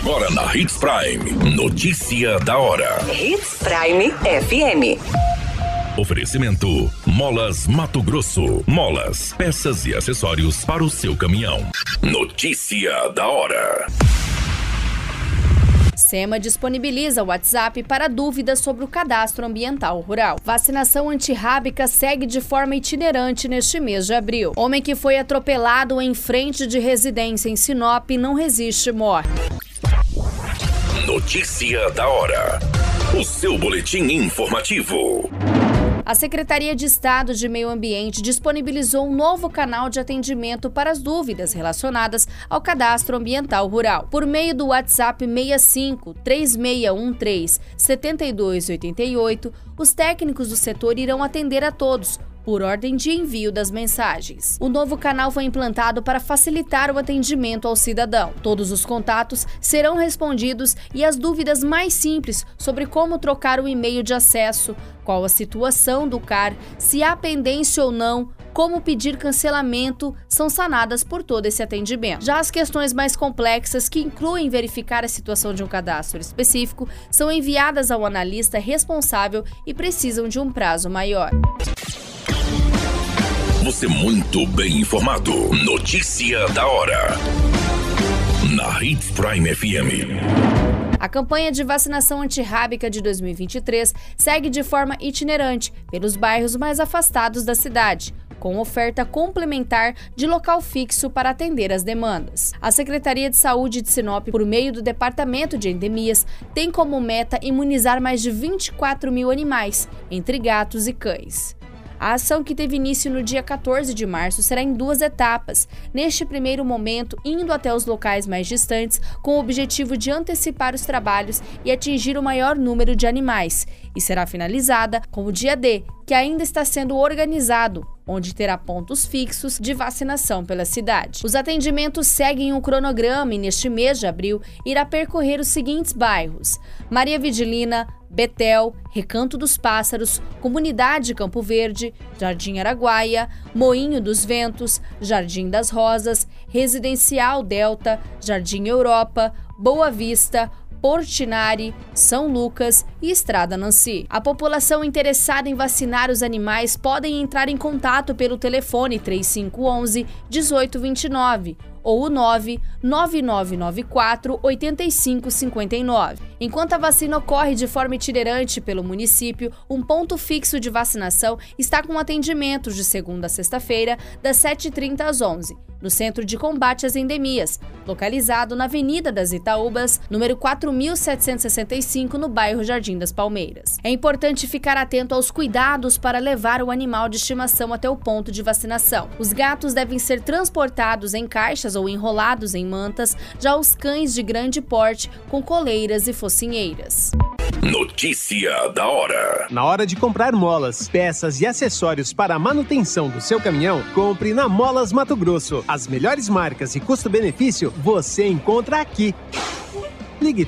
Agora na Hits Prime. Notícia da hora. Hits Prime FM. Oferecimento Molas Mato Grosso. Molas, peças e acessórios para o seu caminhão. Notícia da hora. SEMA disponibiliza o WhatsApp para dúvidas sobre o cadastro ambiental rural. Vacinação antirrábica segue de forma itinerante neste mês de abril. Homem que foi atropelado em frente de residência em Sinop não resiste e morre. Notícia da hora. O seu boletim informativo. A Secretaria de Estado de Meio Ambiente disponibilizou um novo canal de atendimento para as dúvidas relacionadas ao cadastro ambiental rural. Por meio do WhatsApp 65 3613 7288, os técnicos do setor irão atender a todos, por ordem de envio das mensagens. O novo canal foi implantado para facilitar o atendimento ao cidadão. Todos os contatos serão respondidos e as dúvidas mais simples sobre como trocar o e-mail de acesso, qual a situação do CAR, se há pendência ou não, como pedir cancelamento, são sanadas por todo esse atendimento. Já as questões mais complexas, que incluem verificar a situação de um cadastro específico, são enviadas ao analista responsável e precisam de um prazo maior. Você muito bem informado. Notícia da hora. Na Hits Prime FM. A campanha de vacinação antirrábica de 2023 segue de forma itinerante pelos bairros mais afastados da cidade, com oferta complementar de local fixo para atender as demandas. A Secretaria de Saúde de Sinop, por meio do Departamento de Endemias, tem como meta imunizar mais de 24 mil animais, entre gatos e cães. A ação, que teve início no dia 14 de março, será em 2 etapas. Neste primeiro momento, indo até os locais mais distantes, com o objetivo de antecipar os trabalhos e atingir o maior número de animais. E será finalizada com o dia D, que ainda está sendo organizado, onde terá pontos fixos de vacinação pela cidade. Os atendimentos seguem um cronograma e neste mês de abril irá percorrer os seguintes bairros: Maria Vidilina, Betel, Recanto dos Pássaros, Comunidade Campo Verde, Jardim Araguaia, Moinho dos Ventos, Jardim das Rosas, Residencial Delta, Jardim Europa, Boa Vista, Portinari, São Lucas e Estrada Nancy. A população interessada em vacinar os animais podem entrar em contato pelo telefone 3511 1829 ou o 99994 8559. Enquanto a vacina ocorre de forma itinerante pelo município, um ponto fixo de vacinação está com atendimentos de segunda a sexta-feira, das 7h30 às 11h, no Centro de Combate às Endemias, localizado na Avenida das Itaúbas, número 4765, no bairro Jardim das Palmeiras. É importante ficar atento aos cuidados para levar o animal de estimação até o ponto de vacinação. Os gatos devem ser transportados em caixas ou enrolados em mantas, já os cães de grande porte com coleiras e focinheiras. Notícia da hora. Na hora de comprar molas, peças e acessórios para a manutenção do seu caminhão, compre na Molas Mato Grosso. As melhores marcas e custo-benefício você encontra aqui. Ligue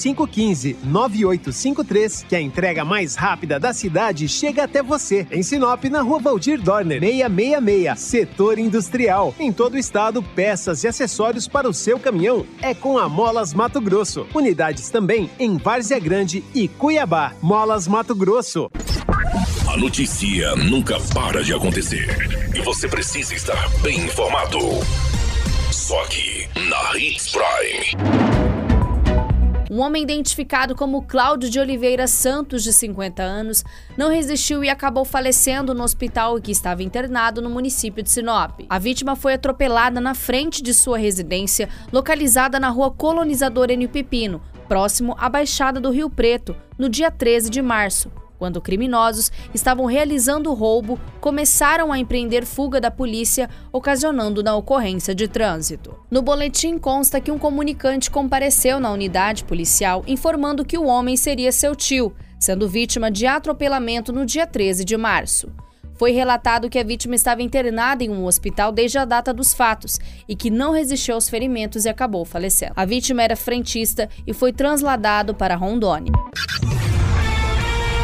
3515-9853, que a entrega mais rápida da cidade chega até você. Em Sinop, na Rua Valdir Dorner, 666, Setor Industrial. Em todo o estado, peças e acessórios para o seu caminhão é com a Molas Mato Grosso. Unidades também em Várzea Grande e Cuiabá. Molas Mato Grosso. A notícia nunca para de acontecer e você precisa estar bem informado. Só aqui, na Hits Prime. Um homem identificado como Cláudio de Oliveira Santos, de 50 anos, não resistiu e acabou falecendo no hospital em que estava internado no município de Sinop. A vítima foi atropelada na frente de sua residência, localizada na rua Colonizador Enio Pepino, próximo à Baixada do Rio Preto, no dia 13 de março. Quando criminosos estavam realizando o roubo, começaram a empreender fuga da polícia, ocasionando na ocorrência de trânsito. No boletim consta que um comunicante compareceu na unidade policial informando que o homem seria seu tio, sendo vítima de atropelamento no dia 13 de março. Foi relatado que a vítima estava internada em um hospital desde a data dos fatos e que não resistiu aos ferimentos e acabou falecendo. A vítima era frentista e foi trasladado para Rondônia.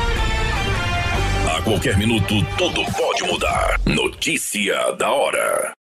A qualquer minuto, tudo pode mudar. Notícia da hora.